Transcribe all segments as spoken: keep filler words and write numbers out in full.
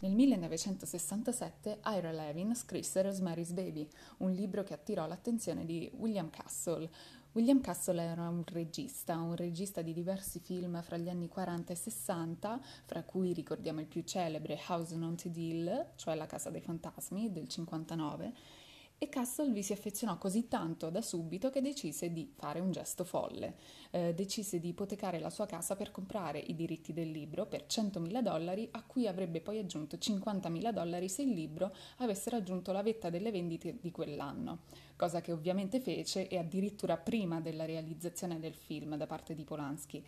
Nel millenovecentosessantasette Ira Levin scrisse Rosemary's Baby, un libro che attirò l'attenzione di William Castle. William Castle era un regista, un regista di diversi film fra gli anni quaranta e sessanta, fra cui ricordiamo il più celebre House on Haunted Hill, cioè La casa dei fantasmi, del cinquantanove, e Castle vi si affezionò così tanto da subito che decise di fare un gesto folle. Eh, decise di ipotecare la sua casa per comprare i diritti del libro per centomila dollari, a cui avrebbe poi aggiunto cinquantamila dollari se il libro avesse raggiunto la vetta delle vendite di quell'anno, cosa che ovviamente fece e addirittura prima della realizzazione del film da parte di Polanski,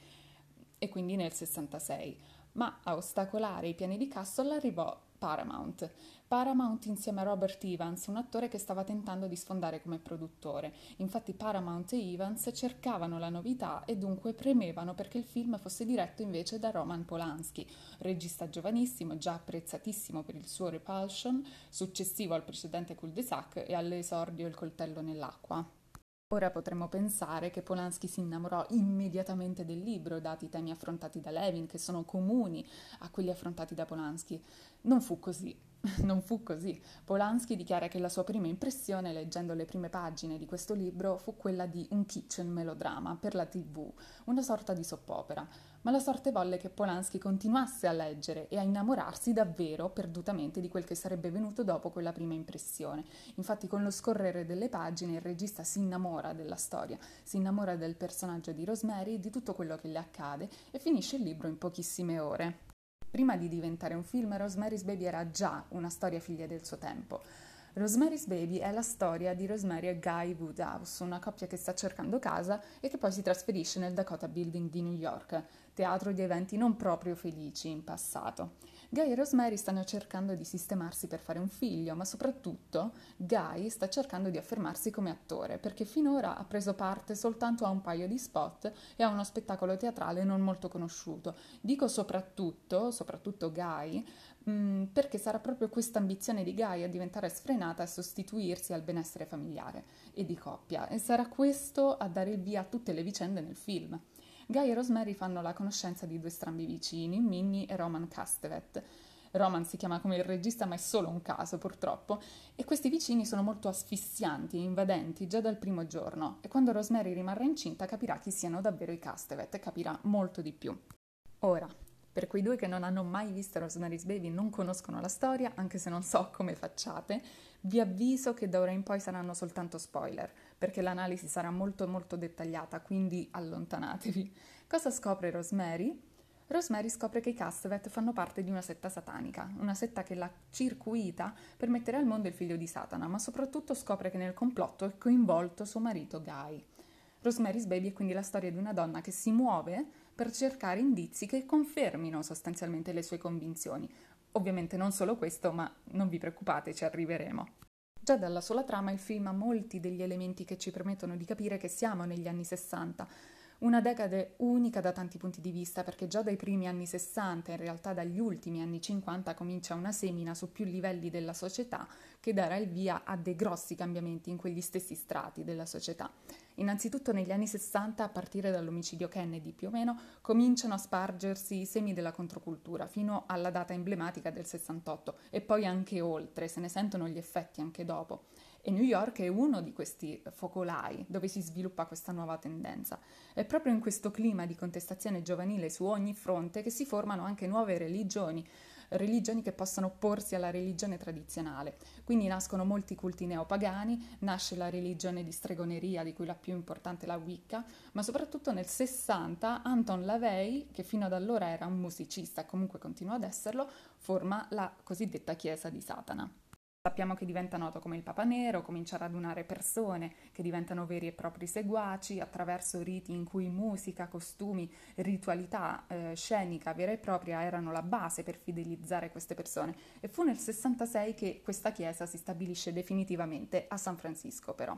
e quindi nel sessantasei. Ma a ostacolare i piani di Castle arrivò Paramount. Paramount insieme a Robert Evans, un attore che stava tentando di sfondare come produttore. Infatti Paramount e Evans cercavano la novità e dunque premevano perché il film fosse diretto invece da Roman Polanski, regista giovanissimo, già apprezzatissimo per il suo Repulsion, successivo al precedente cul-de-sac e all'esordio Il coltello nell'acqua. Ora potremmo pensare che Polanski si innamorò immediatamente del libro, dati i temi affrontati da Levin, che sono comuni a quelli affrontati da Polanski. Non fu così. Non fu così. Polanski dichiara che la sua prima impressione, leggendo le prime pagine di questo libro, fu quella di un kitchen melodramma per la tivù, una sorta di soppopera. Ma la sorte volle che Polanski continuasse a leggere e a innamorarsi davvero perdutamente di quel che sarebbe venuto dopo quella prima impressione. Infatti, con lo scorrere delle pagine, il regista si innamora della storia, si innamora del personaggio di Rosemary, di tutto quello che le accade e finisce il libro in pochissime ore. Prima di diventare un film, Rosemary's Baby era già una storia figlia del suo tempo. Rosemary's Baby è la storia di Rosemary e Guy Woodhouse, una coppia che sta cercando casa e che poi si trasferisce nel Dakota Building di New York, teatro di eventi non proprio felici in passato. Guy e Rosemary stanno cercando di sistemarsi per fare un figlio, ma soprattutto Guy sta cercando di affermarsi come attore, perché finora ha preso parte soltanto a un paio di spot e a uno spettacolo teatrale non molto conosciuto. Dico soprattutto, soprattutto Guy, mh, perché sarà proprio questa ambizione di Guy a diventare sfrenata e a sostituirsi al benessere familiare e di coppia, e sarà questo a dare il via a tutte le vicende nel film. Guy e Rosemary fanno la conoscenza di due strambi vicini, Minnie e Roman Castevet. Roman si chiama come il regista, ma è solo un caso, purtroppo, e questi vicini sono molto asfissianti e invadenti già dal primo giorno, e quando Rosemary rimarrà incinta capirà chi siano davvero i Castevet e capirà molto di più. Ora, per quei due che non hanno mai visto Rosemary's Baby e non conoscono la storia, anche se non so come facciate, vi avviso che da ora in poi saranno soltanto spoiler, perché l'analisi sarà molto molto dettagliata, quindi allontanatevi. Cosa scopre Rosemary? Rosemary scopre che i Castevet fanno parte di una setta satanica, una setta che l'ha circuita per mettere al mondo il figlio di Satana, ma soprattutto scopre che nel complotto è coinvolto suo marito Guy. Rosemary's Baby è quindi la storia di una donna che si muove per cercare indizi che confermino sostanzialmente le sue convinzioni. Ovviamente non solo questo, ma non vi preoccupate, ci arriveremo. Già dalla sola trama il film ha molti degli elementi che ci permettono di capire che siamo negli anni sessanta, una decade unica da tanti punti di vista, perché già dai primi anni sessanta, in realtà dagli ultimi anni cinquanta, comincia una semina su più livelli della società che darà il via a dei grossi cambiamenti in quegli stessi strati della società. Innanzitutto negli anni sessanta, a partire dall'omicidio Kennedy più o meno, cominciano a spargersi i semi della controcultura fino alla data emblematica del sessantotto e poi anche oltre, se ne sentono gli effetti anche dopo. E New York è uno di questi focolai dove si sviluppa questa nuova tendenza. È proprio in questo clima di contestazione giovanile su ogni fronte che si formano anche nuove religioni, religioni che possono opporsi alla religione tradizionale. Quindi nascono molti culti neopagani, nasce la religione di stregoneria, di cui la più importante è la Wicca, ma soprattutto nel sessanta Anton LaVey, che fino ad allora era un musicista e comunque continua ad esserlo, forma la cosiddetta Chiesa di Satana. Sappiamo che diventa noto come il Papa Nero, comincia a radunare persone che diventano veri e propri seguaci attraverso riti in cui musica, costumi, ritualità eh, scenica vera e propria erano la base per fidelizzare queste persone. E fu nel sessantasei che questa chiesa si stabilisce definitivamente a San Francisco, però.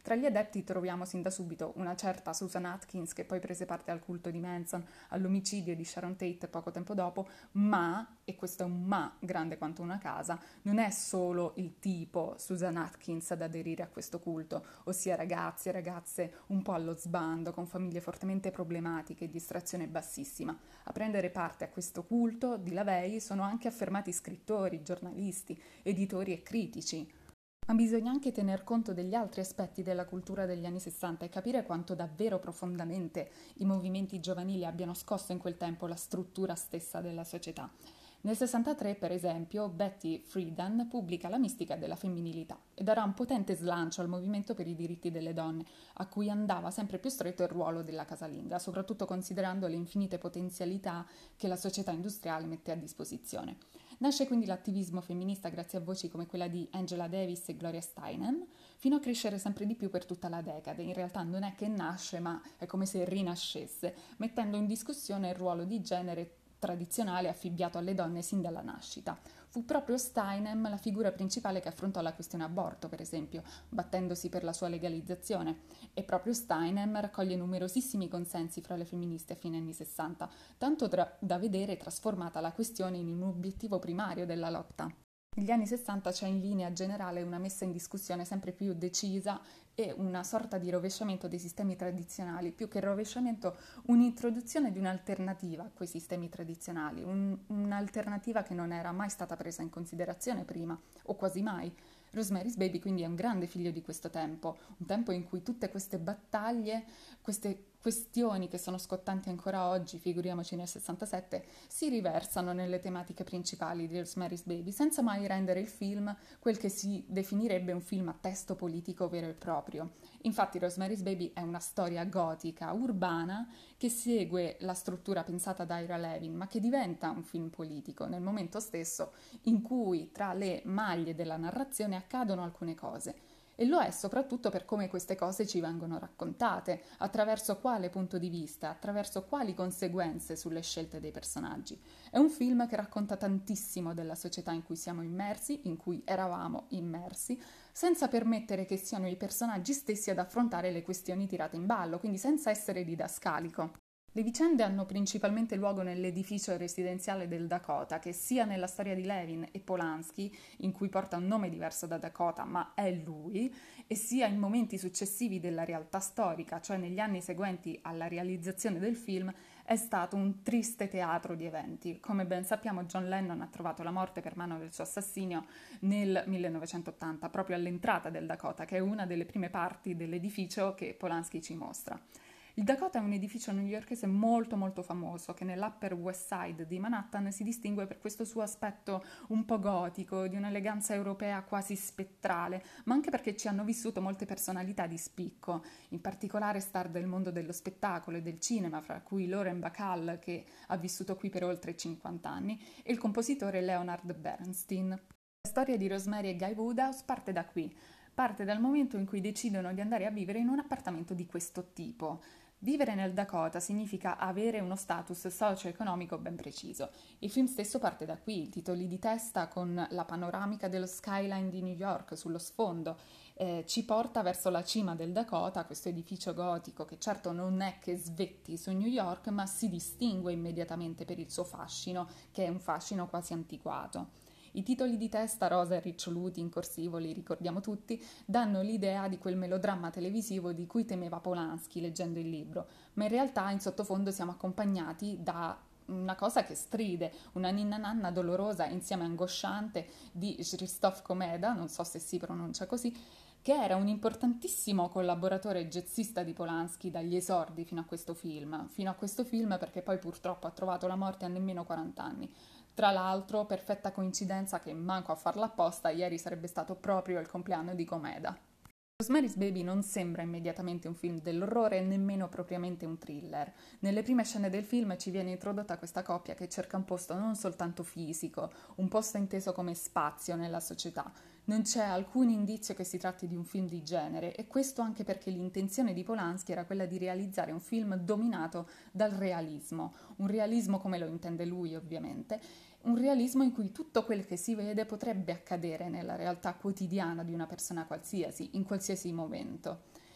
Tra gli adepti troviamo sin da subito una certa Susan Atkins, che poi prese parte al culto di Manson, all'omicidio di Sharon Tate poco tempo dopo, ma, e questo è un ma grande quanto una casa, non è solo il tipo Susan Atkins ad aderire a questo culto, ossia ragazzi e ragazze un po' allo sbando, con famiglie fortemente problematiche e distrazione bassissima. A prendere parte a questo culto di LaVey sono anche affermati scrittori, giornalisti, editori e critici. Ma bisogna anche tener conto degli altri aspetti della cultura degli anni sessanta e capire quanto davvero profondamente i movimenti giovanili abbiano scosso in quel tempo la struttura stessa della società. Nel sessantatré, per esempio, Betty Friedan pubblica La mistica della femminilità e darà un potente slancio al movimento per i diritti delle donne, a cui andava sempre più stretto il ruolo della casalinga, soprattutto considerando le infinite potenzialità che la società industriale mette a disposizione. Nasce quindi l'attivismo femminista grazie a voci come quella di Angela Davis e Gloria Steinem, fino a crescere sempre di più per tutta la decade. In realtà non è che nasce, ma è come se rinascesse, mettendo in discussione il ruolo di genere tradizionale affibbiato alle donne sin dalla nascita. Fu proprio Steinem la figura principale che affrontò la questione aborto, per esempio, battendosi per la sua legalizzazione. E proprio Steinem raccoglie numerosissimi consensi fra le femministe a fine anni sessanta, tanto tra- da vedere trasformata la questione in un obiettivo primario della lotta. Negli anni sessanta c'è in linea generale una messa in discussione sempre più decisa e una sorta di rovesciamento dei sistemi tradizionali, più che rovesciamento un'introduzione di un'alternativa a quei sistemi tradizionali, un- un'alternativa che non era mai stata presa in considerazione prima, o quasi mai. Rosemary's Baby quindi è un grande figlio di questo tempo, un tempo in cui tutte queste battaglie, queste questioni che sono scottanti ancora oggi, figuriamoci nel sessantasette, si riversano nelle tematiche principali di Rosemary's Baby, senza mai rendere il film quel che si definirebbe un film a testo politico vero e proprio. Infatti Rosemary's Baby è una storia gotica, urbana, che segue la struttura pensata da Ira Levin, ma che diventa un film politico nel momento stesso in cui tra le maglie della narrazione accadono alcune cose. E lo è soprattutto per come queste cose ci vengono raccontate, attraverso quale punto di vista, attraverso quali conseguenze sulle scelte dei personaggi. È un film che racconta tantissimo della società in cui siamo immersi, in cui eravamo immersi, senza permettere che siano i personaggi stessi ad affrontare le questioni tirate in ballo, quindi senza essere didascalico. Le vicende hanno principalmente luogo nell'edificio residenziale del Dakota, che sia nella storia di Levin e Polanski, in cui porta un nome diverso da Dakota, ma è lui, e sia in momenti successivi della realtà storica, cioè negli anni seguenti alla realizzazione del film, è stato un triste teatro di eventi. Come ben sappiamo, John Lennon ha trovato la morte per mano del suo assassinio nel millenovecentottanta, proprio all'entrata del Dakota, che è una delle prime parti dell'edificio che Polanski ci mostra. Il Dakota è un edificio newyorkese molto molto famoso che nell'Upper West Side di Manhattan si distingue per questo suo aspetto un po' gotico, di un'eleganza europea quasi spettrale, ma anche perché ci hanno vissuto molte personalità di spicco, in particolare star del mondo dello spettacolo e del cinema, fra cui Lauren Bacall, che ha vissuto qui per oltre cinquanta anni, e il compositore Leonard Bernstein. La storia di Rosemary e Guy Woodhouse parte da qui. Parte dal momento in cui decidono di andare a vivere in un appartamento di questo tipo. Vivere nel Dakota significa avere uno status socio-economico ben preciso. Il film stesso parte da qui, titoli di testa con la panoramica dello skyline di New York sullo sfondo, eh, ci porta verso la cima del Dakota, questo edificio gotico che certo non è che svetti su New York, ma si distingue immediatamente per il suo fascino, che è un fascino quasi antiquato. I titoli di testa rosa e riccioluti in corsivo, li ricordiamo tutti, danno l'idea di quel melodramma televisivo di cui temeva Polanski leggendo il libro, ma in realtà in sottofondo siamo accompagnati da una cosa che stride, una ninna nanna dolorosa insieme angosciante di Krzysztof Komeda, non so se si pronuncia così, che era un importantissimo collaboratore jazzista di Polanski dagli esordi fino a questo film, fino a questo film perché poi purtroppo ha trovato la morte a nemmeno quaranta anni. Tra l'altro, perfetta coincidenza che manco a farla apposta, ieri sarebbe stato proprio il compleanno di Comeda. Rosemary's Baby non sembra immediatamente un film dell'orrore e nemmeno propriamente un thriller. Nelle prime scene del film ci viene introdotta questa coppia che cerca un posto non soltanto fisico, un posto inteso come spazio nella società. Non c'è alcun indizio che si tratti di un film di genere e questo anche perché l'intenzione di Polanski era quella di realizzare un film dominato dal realismo, un realismo come lo intende lui ovviamente, un realismo in cui tutto quel che si vede potrebbe accadere nella realtà quotidiana di una persona qualsiasi, in qualsiasi momento.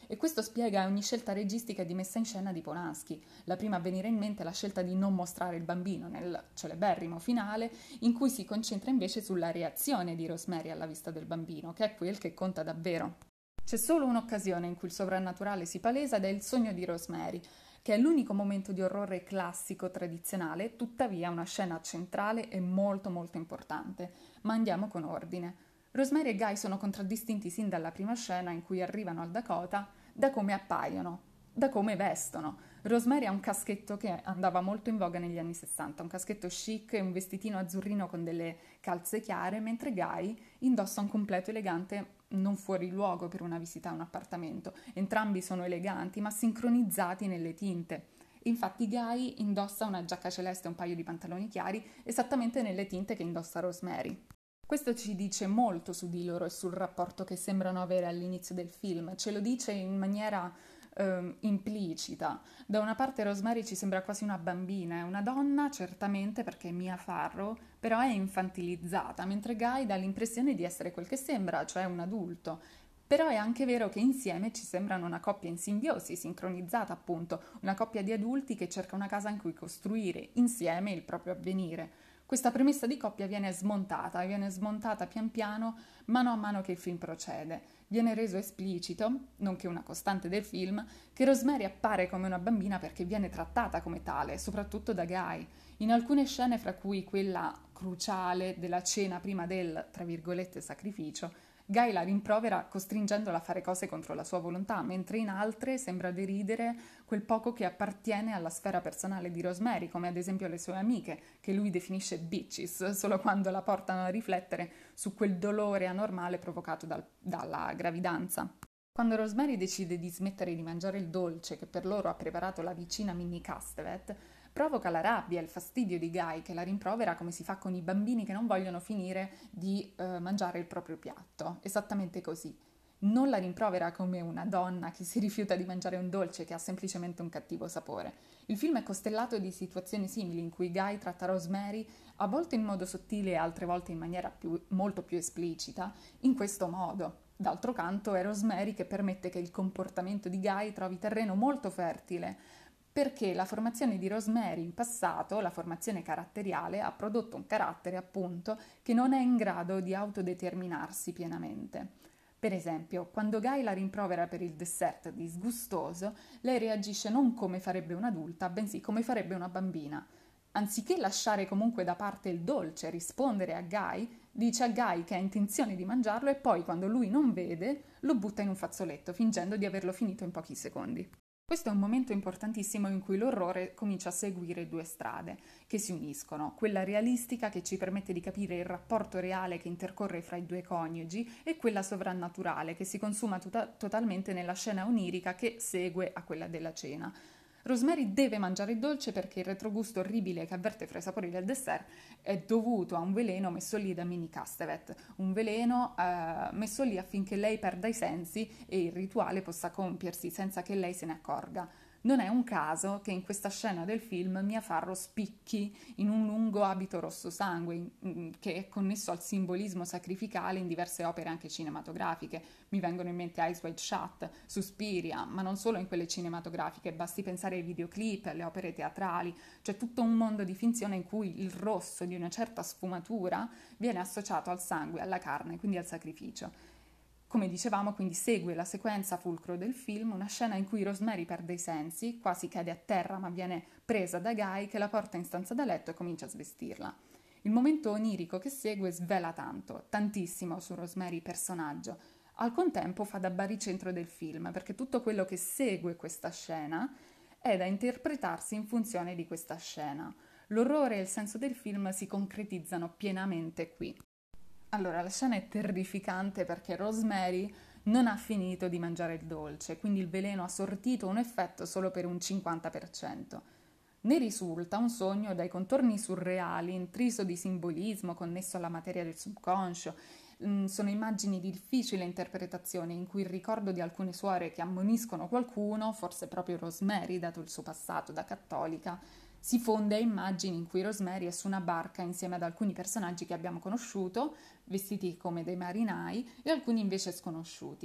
E questo spiega ogni scelta registica e di messa in scena di Polanski. La prima a venire in mente è la scelta di non mostrare il bambino nel celeberrimo finale, in cui si concentra invece sulla reazione di Rosemary alla vista del bambino, che è quel che conta davvero. C'è solo un'occasione in cui il sovrannaturale si palesa ed è il sogno di Rosemary, che è l'unico momento di orrore classico tradizionale, tuttavia una scena centrale e molto molto importante. Ma andiamo con ordine. Rosemary e Guy sono contraddistinti sin dalla prima scena in cui arrivano al Dakota da come appaiono, da come vestono. Rosemary ha un caschetto che andava molto in voga negli anni sessanta, un caschetto chic e un vestitino azzurrino con delle calze chiare, mentre Guy indossa un completo elegante non fuori luogo per una visita a un appartamento. Entrambi sono eleganti, ma sincronizzati nelle tinte. Infatti Guy indossa una giacca celeste e un paio di pantaloni chiari, esattamente nelle tinte che indossa Rosemary. Questo ci dice molto su di loro e sul rapporto che sembrano avere all'inizio del film. Ce lo dice in maniera eh, implicita. Da una parte Rosemary ci sembra quasi una bambina, è una donna certamente perché è Mia Farrow, però è infantilizzata, mentre Guy dà l'impressione di essere quel che sembra, cioè un adulto. Però è anche vero che insieme ci sembrano una coppia in simbiosi, sincronizzata appunto, una coppia di adulti che cerca una casa in cui costruire insieme il proprio avvenire. Questa premessa di coppia viene smontata, viene smontata pian piano, mano a mano che il film procede. Viene reso esplicito, nonché una costante del film, che Rosemary appare come una bambina perché viene trattata come tale, soprattutto da Guy. In alcune scene, fra cui quella cruciale della cena prima del, tra virgolette, sacrificio, Guy la rimprovera costringendola a fare cose contro la sua volontà, mentre in altre sembra deridere quel poco che appartiene alla sfera personale di Rosemary, come ad esempio le sue amiche, che lui definisce bitches, solo quando la portano a riflettere su quel dolore anormale provocato dal, dalla gravidanza. Quando Rosemary decide di smettere di mangiare il dolce che per loro ha preparato la vicina Minnie Castevet, provoca la rabbia e il fastidio di Guy, che la rimprovera come si fa con i bambini che non vogliono finire di eh, mangiare il proprio piatto. Esattamente così. Non la rimprovera come una donna che si rifiuta di mangiare un dolce che ha semplicemente un cattivo sapore. Il film è costellato di situazioni simili in cui Guy tratta Rosemary, a volte in modo sottile e altre volte in maniera più, molto più esplicita, in questo modo. D'altro canto è Rosemary che permette che il comportamento di Guy trovi terreno molto fertile, perché la formazione di Rosemary in passato, la formazione caratteriale, ha prodotto un carattere, appunto, che non è in grado di autodeterminarsi pienamente. Per esempio, quando Guy la rimprovera per il dessert disgustoso, lei reagisce non come farebbe un'adulta, bensì come farebbe una bambina. Anziché lasciare comunque da parte il dolce e rispondere a Guy, dice a Guy che ha intenzione di mangiarlo e poi, quando lui non vede, lo butta in un fazzoletto, fingendo di averlo finito in pochi secondi. Questo è un momento importantissimo in cui l'orrore comincia a seguire due strade che si uniscono, quella realistica che ci permette di capire il rapporto reale che intercorre fra i due coniugi e quella sovrannaturale che si consuma tuta- totalmente nella scena onirica che segue a quella della cena. Rosemary deve mangiare il dolce perché il retrogusto orribile che avverte fra i sapori del dessert è dovuto a un veleno messo lì da Minnie Castevet, un veleno eh, messo lì affinché lei perda i sensi e il rituale possa compiersi senza che lei se ne accorga. Non è un caso che in questa scena del film Mia Farrow spicchi in un lungo abito rosso sangue, che è connesso al simbolismo sacrificale in diverse opere anche cinematografiche. Mi vengono in mente Eyes Wide Shut, Suspiria, ma non solo in quelle cinematografiche, basti pensare ai videoclip, alle opere teatrali. C'è tutto un mondo di finzione in cui il rosso di una certa sfumatura viene associato al sangue, alla carne, quindi al sacrificio. Come dicevamo, quindi segue la sequenza fulcro del film, una scena in cui Rosemary perde i sensi, quasi cade a terra ma viene presa da Guy che la porta in stanza da letto e comincia a svestirla. Il momento onirico che segue svela tanto, tantissimo su Rosemary personaggio. Al contempo fa da baricentro del film, perché tutto quello che segue questa scena è da interpretarsi in funzione di questa scena. L'orrore e il senso del film si concretizzano pienamente qui. Allora, la scena è terrificante perché Rosemary non ha finito di mangiare il dolce, quindi il veleno ha sortito un effetto solo per un cinquanta per cento. Ne risulta un sogno dai contorni surreali, intriso di simbolismo connesso alla materia del subconscio. Mm, sono immagini di difficile interpretazione in cui il ricordo di alcune suore che ammoniscono qualcuno, forse proprio Rosemary, dato il suo passato da cattolica, si fonde a immagini in cui Rosemary è su una barca insieme ad alcuni personaggi che abbiamo conosciuto, vestiti come dei marinai, e alcuni invece sconosciuti.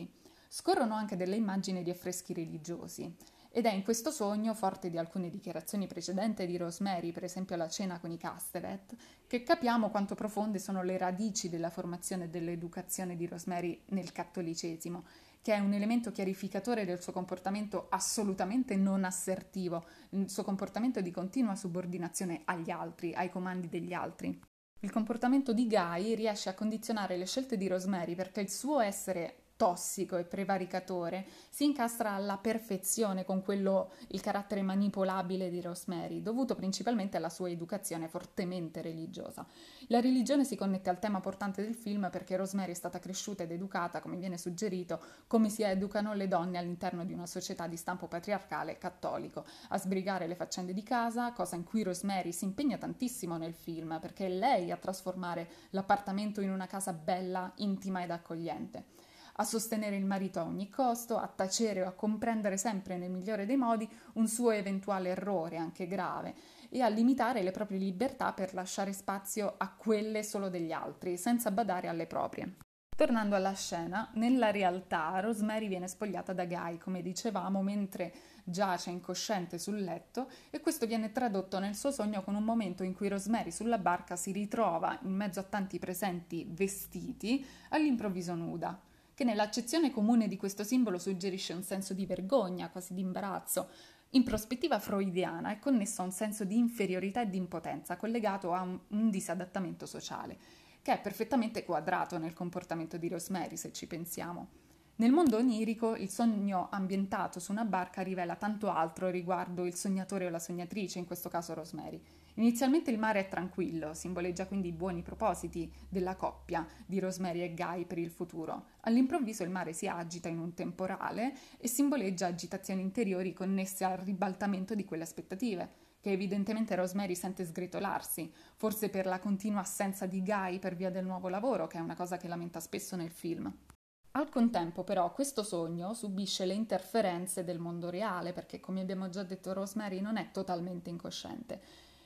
Scorrono anche delle immagini di affreschi religiosi. Ed è in questo sogno, forte di alcune dichiarazioni precedenti di Rosemary, per esempio la cena con i Castevet, che capiamo quanto profonde sono le radici della formazione e dell'educazione di Rosemary nel cattolicesimo, che è un elemento chiarificatore del suo comportamento assolutamente non assertivo, il suo comportamento di continua subordinazione agli altri, ai comandi degli altri. Il comportamento di Guy riesce a condizionare le scelte di Rosemary perché il suo essere tossico e prevaricatore si incastra alla perfezione con quello, il carattere manipolabile di Rosemary, dovuto principalmente alla sua educazione fortemente religiosa. La religione si connette al tema portante del film perché Rosemary è stata cresciuta ed educata, come viene suggerito, come si educano le donne all'interno di una società di stampo patriarcale cattolico, a sbrigare le faccende di casa, cosa in cui Rosemary si impegna tantissimo nel film, perché è lei a trasformare l'appartamento in una casa bella, intima ed accogliente, a sostenere il marito a ogni costo, a tacere o a comprendere sempre nel migliore dei modi un suo eventuale errore, anche grave, e a limitare le proprie libertà per lasciare spazio a quelle solo degli altri, senza badare alle proprie. Tornando alla scena, nella realtà Rosemary viene spogliata da Guy, come dicevamo, mentre giace incosciente sul letto, e questo viene tradotto nel suo sogno con un momento in cui Rosemary sulla barca si ritrova, in mezzo a tanti presenti vestiti, all'improvviso nuda, che nell'accezione comune di questo simbolo suggerisce un senso di vergogna, quasi di imbarazzo. In prospettiva freudiana è connesso a un senso di inferiorità e di impotenza, collegato a un, un disadattamento sociale, che è perfettamente quadrato nel comportamento di Rosemary, se ci pensiamo. Nel mondo onirico, il sogno ambientato su una barca rivela tanto altro riguardo il sognatore o la sognatrice, in questo caso Rosemary. Inizialmente il mare è tranquillo, simboleggia quindi i buoni propositi della coppia di Rosemary e Guy per il futuro. All'improvviso il mare si agita in un temporale e simboleggia agitazioni interiori connesse al ribaltamento di quelle aspettative, che evidentemente Rosemary sente sgretolarsi, forse per la continua assenza di Guy per via del nuovo lavoro, che è una cosa che lamenta spesso nel film. Al contempo, però, questo sogno subisce le interferenze del mondo reale, perché, come abbiamo già detto, Rosemary non è totalmente incosciente.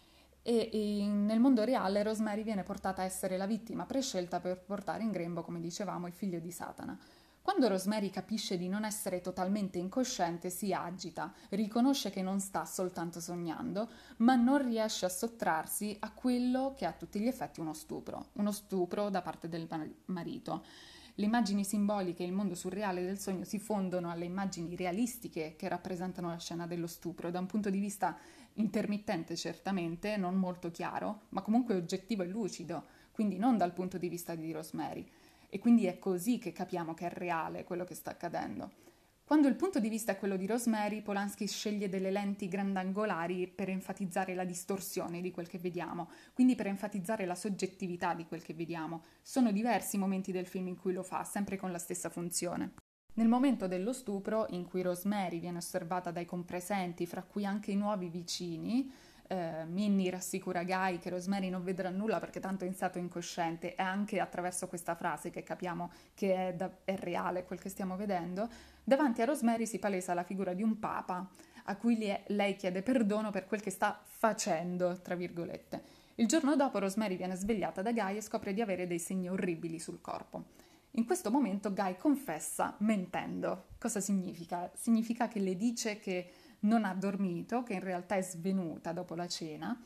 E, e nel mondo reale Rosemary viene portata a essere la vittima prescelta per portare in grembo, come dicevamo, il figlio di Satana. Quando Rosemary capisce di non essere totalmente incosciente, si agita, riconosce che non sta soltanto sognando, ma non riesce a sottrarsi a quello che è a tutti gli effetti uno stupro, uno stupro da parte del marito. Le immagini simboliche e il mondo surreale del sogno si fondono alle immagini realistiche che rappresentano la scena dello stupro, da un punto di vista intermittente certamente, non molto chiaro, ma comunque oggettivo e lucido, quindi non dal punto di vista di Rosemary. E quindi è così che capiamo che è reale quello che sta accadendo. Quando il punto di vista è quello di Rosemary, Polanski sceglie delle lenti grandangolari per enfatizzare la distorsione di quel che vediamo, quindi per enfatizzare la soggettività di quel che vediamo. Sono diversi i momenti del film in cui lo fa, sempre con la stessa funzione. Nel momento dello stupro, in cui Rosemary viene osservata dai compresenti, fra cui anche i nuovi vicini, eh, Minnie rassicura Guy che Rosemary non vedrà nulla perché tanto è in stato incosciente, e anche attraverso questa frase che capiamo che è, da, è reale quel che stiamo vedendo. Davanti a Rosemary si palesa la figura di un papa a cui lei chiede perdono per quel che sta facendo, tra virgolette. Il giorno dopo Rosemary viene svegliata da Guy e scopre di avere dei segni orribili sul corpo. In questo momento Guy confessa mentendo. Cosa significa? Significa che le dice che non ha dormito, che in realtà è svenuta dopo la cena,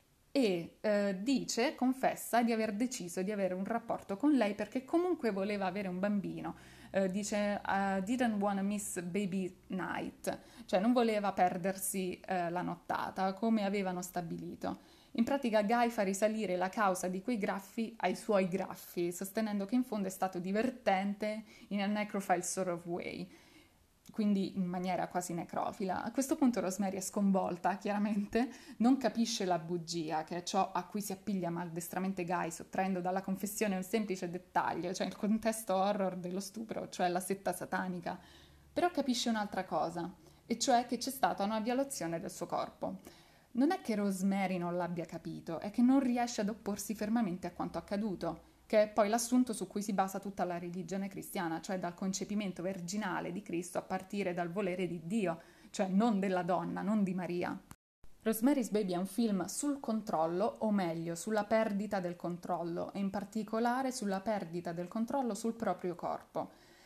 e eh, dice, confessa di aver deciso di avere un rapporto con lei perché comunque voleva avere un bambino. Uh, dice uh, didn't wanna miss baby night, cioè non voleva perdersi uh, la nottata come avevano stabilito. In pratica Guy fa risalire la causa di quei graffi ai suoi graffi, sostenendo che in fondo è stato divertente in a necrophile sort of way, quindi in maniera quasi necrofila. A questo punto Rosemary è sconvolta, chiaramente, non capisce la bugia, che è ciò a cui si appiglia maldestramente Guy, sottraendo dalla confessione un semplice dettaglio, cioè il contesto horror dello stupro, cioè la setta satanica. Però capisce un'altra cosa, e cioè che c'è stata una violazione del suo corpo. Non è che Rosemary non l'abbia capito, è che non riesce ad opporsi fermamente a quanto accaduto, che è poi l'assunto su cui si basa tutta la religione cristiana, cioè dal concepimento virginale di Cristo a partire dal volere di Dio, cioè non della donna, non di Maria. Rosemary's Baby è un film sul controllo, o meglio, sulla perdita del controllo, e in particolare sulla perdita del controllo sul proprio corpo.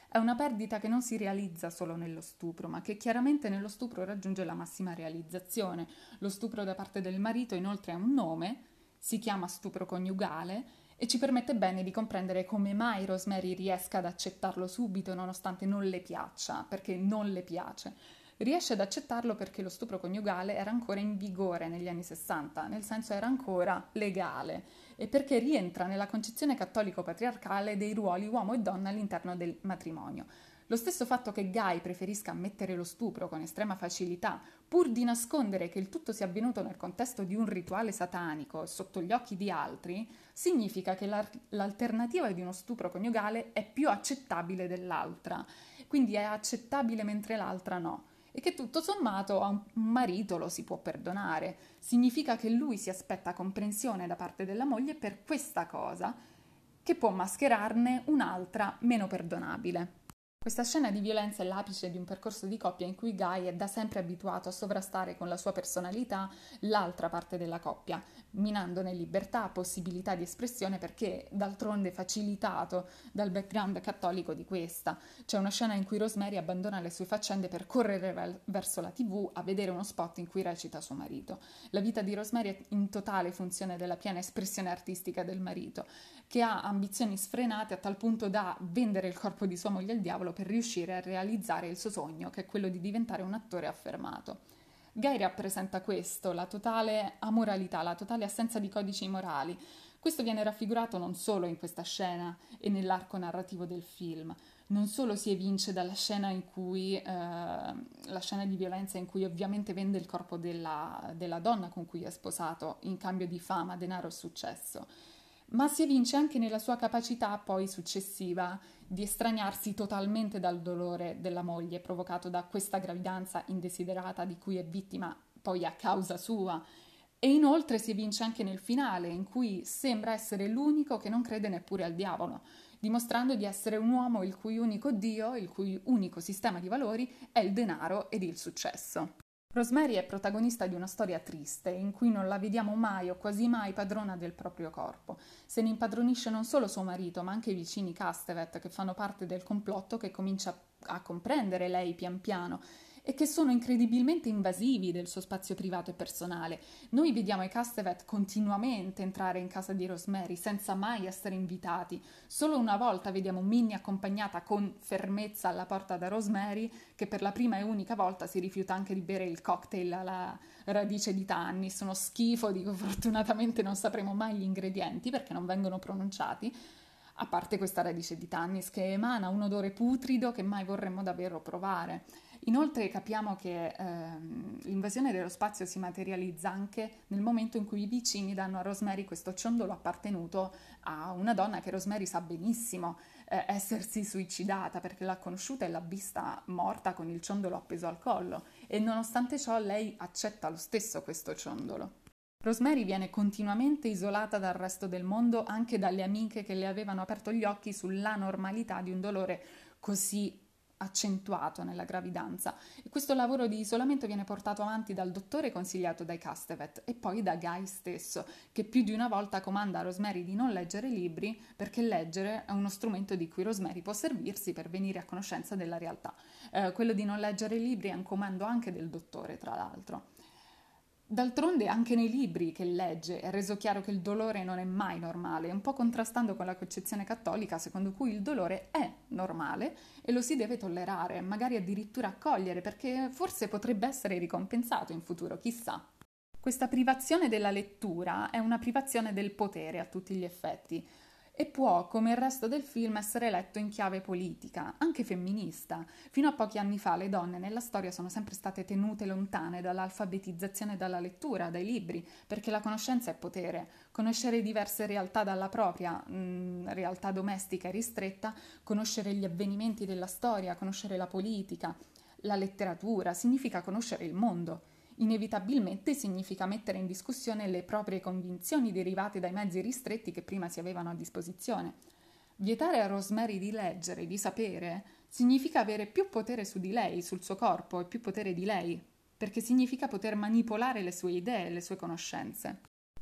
È una perdita che non si realizza solo nello stupro, ma che chiaramente nello stupro raggiunge la massima realizzazione. Lo stupro da parte del marito inoltre ha un nome, si chiama stupro coniugale e ci permette bene di comprendere come mai Rosemary riesca ad accettarlo subito nonostante non le piaccia, perché non le piace. Riesce ad accettarlo perché lo stupro coniugale era ancora in vigore negli anni sessanta, nel senso era ancora legale, e perché rientra nella concezione cattolico-patriarcale dei ruoli uomo e donna all'interno del matrimonio. Lo stesso fatto che Guy preferisca ammettere lo stupro con estrema facilità, pur di nascondere che il tutto sia avvenuto nel contesto di un rituale satanico sotto gli occhi di altri, significa che l'alternativa di uno stupro coniugale è più accettabile dell'altra, quindi è accettabile mentre l'altra no. E che tutto sommato a un marito lo si può perdonare. Significa che lui si aspetta comprensione da parte della moglie per questa cosa, che può mascherarne un'altra meno perdonabile. Questa scena di violenza è l'apice di un percorso di coppia in cui Guy è da sempre abituato a sovrastare con la sua personalità l'altra parte della coppia, minandone libertà, possibilità di espressione perché d'altronde facilitato dal background cattolico di questa. C'è una scena in cui Rosemary abbandona le sue faccende per correre verso la tivù a vedere uno spot in cui recita suo marito. La vita di Rosemary è in totale funzione della piena espressione artistica del marito, che ha ambizioni sfrenate a tal punto da vendere il corpo di sua moglie al diavolo per riuscire a realizzare il suo sogno, che è quello di diventare un attore affermato. Guy rappresenta questo, la totale amoralità, la totale assenza di codici morali. Questo viene raffigurato non solo in questa scena e nell'arco narrativo del film, non solo si evince dalla scena in cui, eh, la scena di violenza in cui ovviamente vende il corpo della, della donna con cui è sposato in cambio di fama, denaro e successo, ma si evince anche nella sua capacità poi successiva di estraniarsi totalmente dal dolore della moglie provocato da questa gravidanza indesiderata di cui è vittima poi a causa sua. E inoltre si evince anche nel finale, in cui sembra essere l'unico che non crede neppure al diavolo, dimostrando di essere un uomo il cui unico Dio, il cui unico sistema di valori è il denaro ed il successo. Rosemary è protagonista di una storia triste, in cui non la vediamo mai o quasi mai padrona del proprio corpo. Se ne impadronisce non solo suo marito, ma anche i vicini Castevet, che fanno parte del complotto che comincia a comprendere lei pian piano e che sono incredibilmente invasivi del suo spazio privato e personale. Noi vediamo i Castevet continuamente entrare in casa di Rosemary senza mai essere invitati. Solo una volta vediamo Minnie accompagnata con fermezza alla porta da Rosemary, che per la prima e unica volta si rifiuta anche di bere il cocktail alla radice di tannis, uno schifo di cui fortunatamente non sapremo mai gli ingredienti perché non vengono pronunciati, a parte questa radice di tannis che emana un odore putrido che mai vorremmo davvero provare. Inoltre capiamo che ehm, l'invasione dello spazio si materializza anche nel momento in cui i vicini danno a Rosemary questo ciondolo appartenuto a una donna che Rosemary sa benissimo eh, essersi suicidata perché l'ha conosciuta e l'ha vista morta con il ciondolo appeso al collo, e nonostante ciò lei accetta lo stesso questo ciondolo. Rosemary viene continuamente isolata dal resto del mondo, anche dalle amiche che le avevano aperto gli occhi sulla normalità di un dolore così accentuato nella gravidanza, e questo lavoro di isolamento viene portato avanti dal dottore consigliato dai Castevet e poi da Guy stesso, che più di una volta comanda a Rosemary di non leggere libri perché leggere è uno strumento di cui Rosemary può servirsi per venire a conoscenza della realtà. Eh, quello di non leggere libri è un comando anche del dottore, tra l'altro. D'altronde anche nei libri che legge è reso chiaro che il dolore non è mai normale, un po' contrastando con la concezione cattolica secondo cui il dolore è normale e lo si deve tollerare, magari addirittura accogliere, perché forse potrebbe essere ricompensato in futuro, chissà. Questa privazione della lettura è una privazione del potere a tutti gli effetti e può, come il resto del film, essere letto in chiave politica, anche femminista. Fino a pochi anni fa le donne nella storia sono sempre state tenute lontane dall'alfabetizzazione e dalla lettura, dai libri, perché la conoscenza è potere. Conoscere diverse realtà dalla propria, mh, realtà domestica e ristretta, conoscere gli avvenimenti della storia, conoscere la politica, la letteratura, significa conoscere il mondo. Inevitabilmente significa mettere in discussione le proprie convinzioni derivate dai mezzi ristretti che prima si avevano a disposizione. Vietare a Rosemary di leggere, di sapere, significa avere più potere su di lei, sul suo corpo, e più potere di lei, perché significa poter manipolare le sue idee, le sue conoscenze.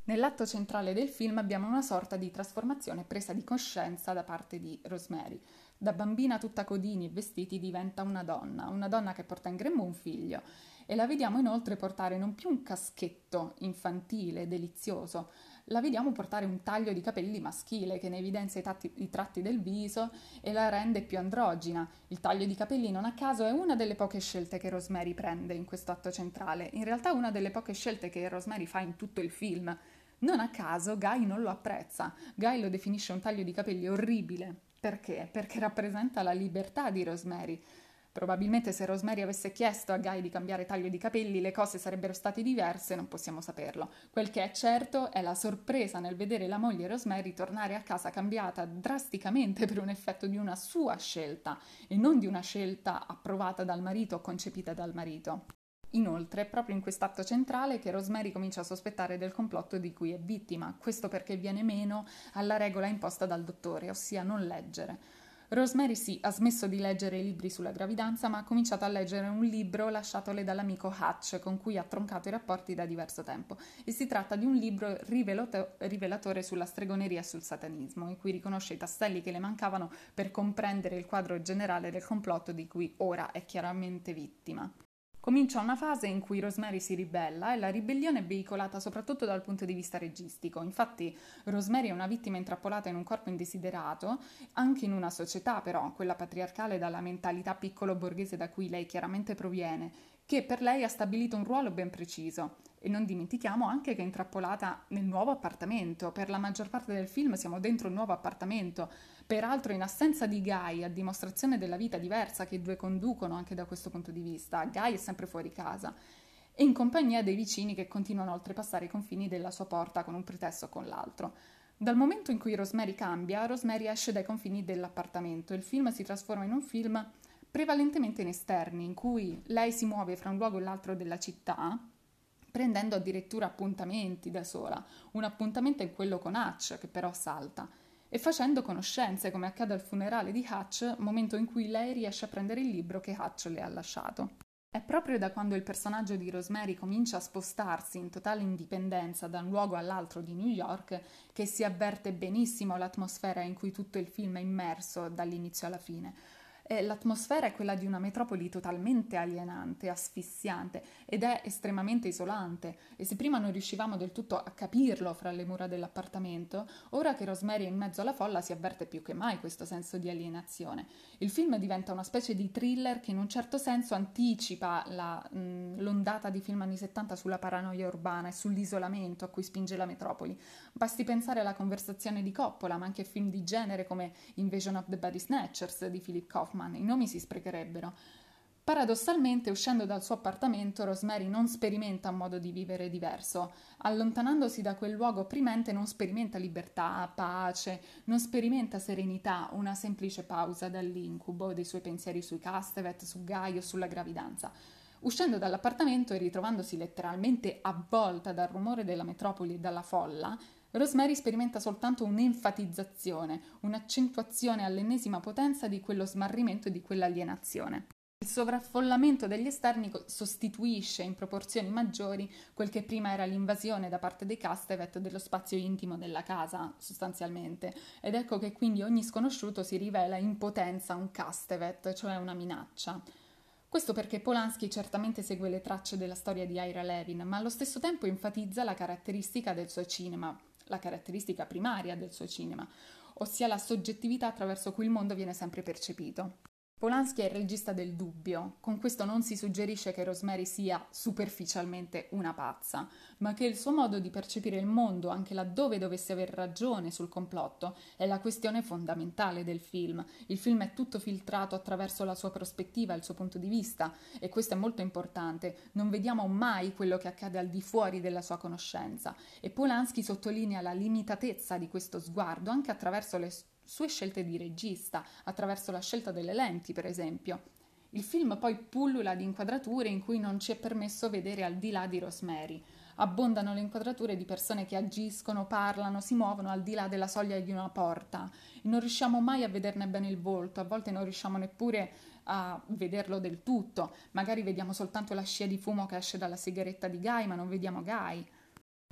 Nell'atto centrale del film abbiamo una sorta di trasformazione presa di coscienza da parte di Rosemary. Da bambina tutta codini e vestiti diventa una donna, una donna che porta in grembo un figlio e la vediamo inoltre portare non più un caschetto infantile, delizioso, la vediamo portare un taglio di capelli maschile che ne evidenzia i, tatti, i tratti del viso e la rende più androgina. Il taglio di capelli non a caso è una delle poche scelte che Rosemary prende in questo atto centrale, in realtà una delle poche scelte che Rosemary fa in tutto il film. Non a caso Guy non lo apprezza, Guy lo definisce un taglio di capelli orribile. Perché? Perché rappresenta la libertà di Rosemary. Probabilmente se Rosemary avesse chiesto a Guy di cambiare taglio di capelli le cose sarebbero state diverse, non possiamo saperlo. Quel che è certo è la sorpresa nel vedere la moglie Rosemary tornare a casa cambiata drasticamente per un effetto di una sua scelta e non di una scelta approvata dal marito o concepita dal marito. Inoltre, è proprio in quest'atto centrale che Rosemary comincia a sospettare del complotto di cui è vittima, questo perché viene meno alla regola imposta dal dottore, ossia non leggere. Rosemary sì, ha smesso di leggere i libri sulla gravidanza, ma ha cominciato a leggere un libro lasciatole dall'amico Hutch, con cui ha troncato i rapporti da diverso tempo, e si tratta di un libro rivelato- rivelatore sulla stregoneria e sul satanismo, in cui riconosce i tasselli che le mancavano per comprendere il quadro generale del complotto di cui ora è chiaramente vittima. Comincia una fase in cui Rosemary si ribella e la ribellione è veicolata soprattutto dal punto di vista registico. Infatti Rosemary è una vittima intrappolata in un corpo indesiderato, anche in una società però, quella patriarcale dalla mentalità piccolo borghese da cui lei chiaramente proviene, che per lei ha stabilito un ruolo ben preciso. E non dimentichiamo anche che è intrappolata nel nuovo appartamento. Per la maggior parte del film siamo dentro un nuovo appartamento, peraltro in assenza di Guy, a dimostrazione della vita diversa che i due conducono anche da questo punto di vista. Guy è sempre fuori casa e in compagnia dei vicini che continuano a oltrepassare i confini della sua porta con un pretesto o con l'altro. Dal momento in cui Rosemary cambia, Rosemary esce dai confini dell'appartamento e il film si trasforma in un film prevalentemente in esterni, in cui lei si muove fra un luogo e l'altro della città, prendendo addirittura appuntamenti da sola. Un appuntamento è quello con Hutch, che però salta, e facendo conoscenze, come accade al funerale di Hutch, momento in cui lei riesce a prendere il libro che Hutch le ha lasciato. È proprio da quando il personaggio di Rosemary comincia a spostarsi in totale indipendenza da un luogo all'altro di New York che si avverte benissimo l'atmosfera in cui tutto il film è immerso dall'inizio alla fine. Eh, L'atmosfera è quella di una metropoli totalmente alienante, asfissiante ed è estremamente isolante e se prima non riuscivamo del tutto a capirlo fra le mura dell'appartamento, ora che Rosemary è in mezzo alla folla si avverte più che mai questo senso di alienazione. Il film diventa una specie di thriller che in un certo senso anticipa la, mh, l'ondata di film anni settanta sulla paranoia urbana e sull'isolamento a cui spinge la metropoli. Basti pensare alla conversazione di Coppola, ma anche film di genere come Invasion of the Body Snatchers di Philip Kaufman. I nomi si sprecherebbero. Paradossalmente, uscendo dal suo appartamento, Rosemary non sperimenta un modo di vivere diverso. Allontanandosi da quel luogo opprimente non sperimenta libertà, pace, non sperimenta serenità, una semplice pausa dall'incubo dei suoi pensieri sui Castevet, su Guy o sulla gravidanza. Uscendo dall'appartamento e ritrovandosi letteralmente avvolta dal rumore della metropoli e dalla folla, Rosemary sperimenta soltanto un'enfatizzazione, un'accentuazione all'ennesima potenza di quello smarrimento e di quell'alienazione. Il sovraffollamento degli esterni sostituisce in proporzioni maggiori quel che prima era l'invasione da parte dei Castevet dello spazio intimo della casa, sostanzialmente, ed ecco che quindi ogni sconosciuto si rivela in potenza un Castevet, cioè una minaccia. Questo perché Polanski certamente segue le tracce della storia di Ira Levin, ma allo stesso tempo enfatizza la caratteristica del suo cinema, la caratteristica primaria del suo cinema, ossia la soggettività attraverso cui il mondo viene sempre percepito. Polanski è il regista del dubbio, con questo non si suggerisce che Rosemary sia superficialmente una pazza, ma che il suo modo di percepire il mondo, anche laddove dovesse aver ragione sul complotto, è la questione fondamentale del film. Il film è tutto filtrato attraverso la sua prospettiva, il suo punto di vista, e questo è molto importante. Non vediamo mai quello che accade al di fuori della sua conoscenza, e Polanski sottolinea la limitatezza di questo sguardo anche attraverso le sue scelte di regista, attraverso la scelta delle lenti, per esempio. Il film poi pullula di inquadrature in cui non ci è permesso vedere al di là di Rosemary. Abbondano le inquadrature di persone che agiscono, parlano, si muovono al di là della soglia di una porta. Non riusciamo mai a vederne bene il volto, a volte non riusciamo neppure a vederlo del tutto. Magari vediamo soltanto la scia di fumo che esce dalla sigaretta di Guy, ma non vediamo Guy.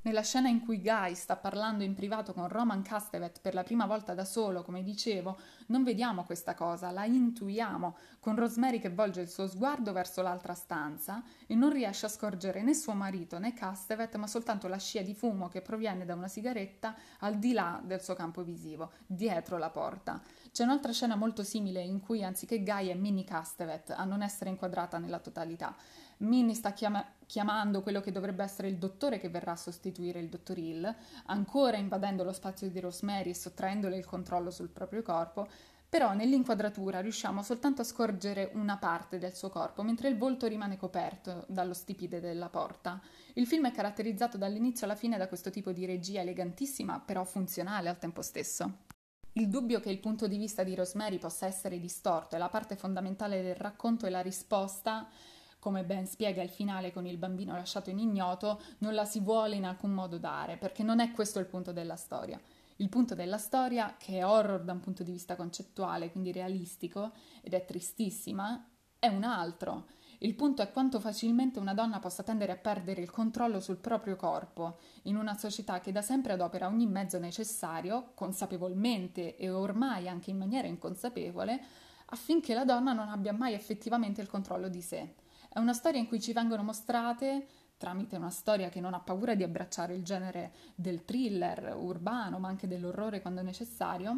Nella scena in cui Guy sta parlando in privato con Roman Castevet per la prima volta da solo, come dicevo, non vediamo questa cosa, la intuiamo, con Rosemary che volge il suo sguardo verso l'altra stanza e non riesce a scorgere né suo marito né Castevet, ma soltanto la scia di fumo che proviene da una sigaretta al di là del suo campo visivo, dietro la porta. C'è un'altra scena molto simile in cui anziché Guy è Minnie Castevet a non essere inquadrata nella totalità. Minnie sta chiama- chiamando quello che dovrebbe essere il dottore che verrà a sostituire il dottor Hill, ancora invadendo lo spazio di Rosemary e sottraendole il controllo sul proprio corpo, però nell'inquadratura riusciamo soltanto a scorgere una parte del suo corpo, mentre il volto rimane coperto dallo stipite della porta. Il film è caratterizzato dall'inizio alla fine da questo tipo di regia elegantissima, però funzionale al tempo stesso. Il dubbio che il punto di vista di Rosemary possa essere distorto e la parte fondamentale del racconto è la risposta, come ben spiega il finale con il bambino lasciato in ignoto, non la si vuole in alcun modo dare, perché non è questo il punto della storia. Il punto della storia, che è horror da un punto di vista concettuale, quindi realistico, ed è tristissima, è un altro. Il punto è quanto facilmente una donna possa tendere a perdere il controllo sul proprio corpo, in una società che da sempre adopera ogni mezzo necessario, consapevolmente e ormai anche in maniera inconsapevole, affinché la donna non abbia mai effettivamente il controllo di sé. È una storia in cui ci vengono mostrate, tramite una storia che non ha paura di abbracciare il genere del thriller urbano, ma anche dell'orrore quando necessario,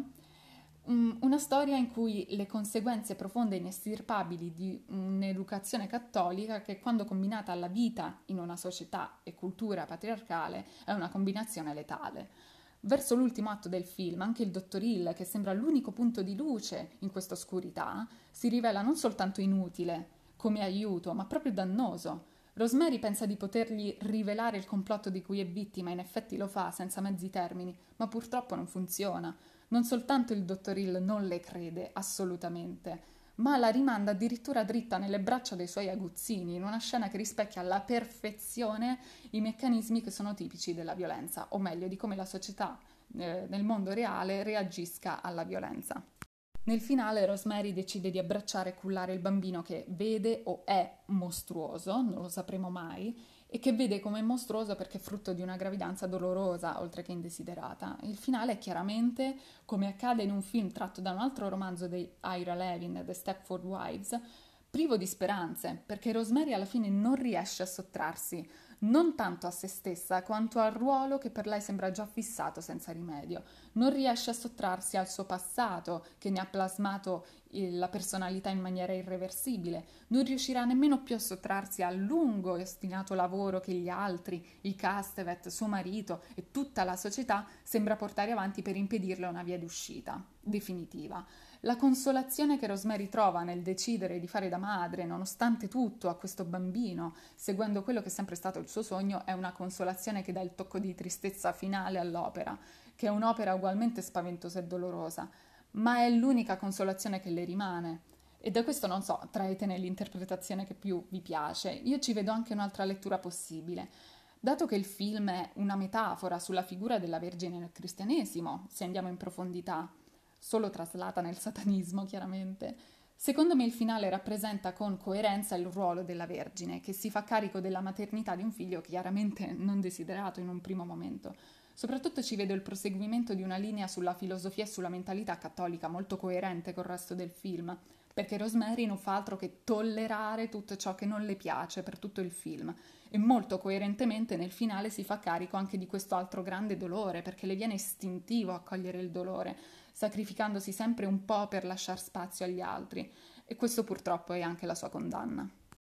una storia in cui le conseguenze profonde e inestirpabili di un'educazione cattolica che quando combinata alla vita in una società e cultura patriarcale è una combinazione letale. Verso l'ultimo atto del film, anche il dottor Hill, che sembra l'unico punto di luce in questa oscurità, si rivela non soltanto inutile come aiuto, ma proprio dannoso. Rosemary pensa di potergli rivelare il complotto di cui è vittima, in effetti lo fa senza mezzi termini, ma purtroppo non funziona. Non soltanto il dottor Hill non le crede, assolutamente, ma la rimanda addirittura dritta nelle braccia dei suoi aguzzini, in una scena che rispecchia alla perfezione i meccanismi che sono tipici della violenza, o meglio, di come la società eh, nel mondo reale reagisca alla violenza. Nel finale Rosemary decide di abbracciare e cullare il bambino che vede o è mostruoso, non lo sapremo mai, e che vede come mostruoso perché è frutto di una gravidanza dolorosa, oltre che indesiderata. Il finale è chiaramente, come accade in un film tratto da un altro romanzo di Ira Levin, The Stepford Wives, privo di speranze, perché Rosemary alla fine non riesce a sottrarsi, non tanto a se stessa quanto al ruolo che per lei sembra già fissato senza rimedio. Non riesce a sottrarsi al suo passato, che ne ha plasmato la personalità in maniera irreversibile. Non riuscirà nemmeno più a sottrarsi al lungo e ostinato lavoro che gli altri, il Castevet, suo marito e tutta la società sembra portare avanti per impedirle una via d'uscita definitiva. La consolazione che Rosemary trova nel decidere di fare da madre, nonostante tutto, a questo bambino, seguendo quello che è sempre stato il suo sogno, è una consolazione che dà il tocco di tristezza finale all'opera, che è un'opera ugualmente spaventosa e dolorosa, ma è l'unica consolazione che le rimane. E da questo non so, traetene l'interpretazione che più vi piace. Io ci vedo anche un'altra lettura possibile. Dato che il film è una metafora sulla figura della Vergine nel cristianesimo, se andiamo in profondità, solo traslata nel satanismo chiaramente, secondo me il finale rappresenta con coerenza il ruolo della Vergine, che si fa carico della maternità di un figlio chiaramente non desiderato in un primo momento. Soprattutto ci vedo il proseguimento di una linea sulla filosofia e sulla mentalità cattolica molto coerente col resto del film, perché Rosemary non fa altro che tollerare tutto ciò che non le piace per tutto il film e molto coerentemente nel finale si fa carico anche di questo altro grande dolore, perché le viene istintivo accogliere il dolore, sacrificandosi sempre un po' per lasciare spazio agli altri, e questo purtroppo è anche la sua condanna.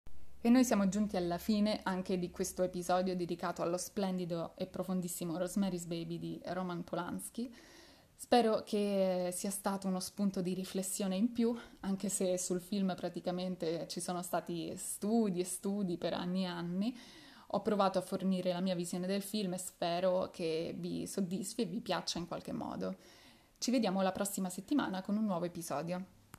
E noi siamo giunti alla fine anche di questo episodio dedicato allo splendido e profondissimo Rosemary's Baby di Roman Polanski. Spero che sia stato uno spunto di riflessione in più, anche se sul film praticamente ci sono stati studi e studi per anni e anni. Ho provato a fornire la mia visione del film e spero che vi soddisfi e vi piaccia in qualche modo. Ci vediamo la prossima settimana con un nuovo episodio.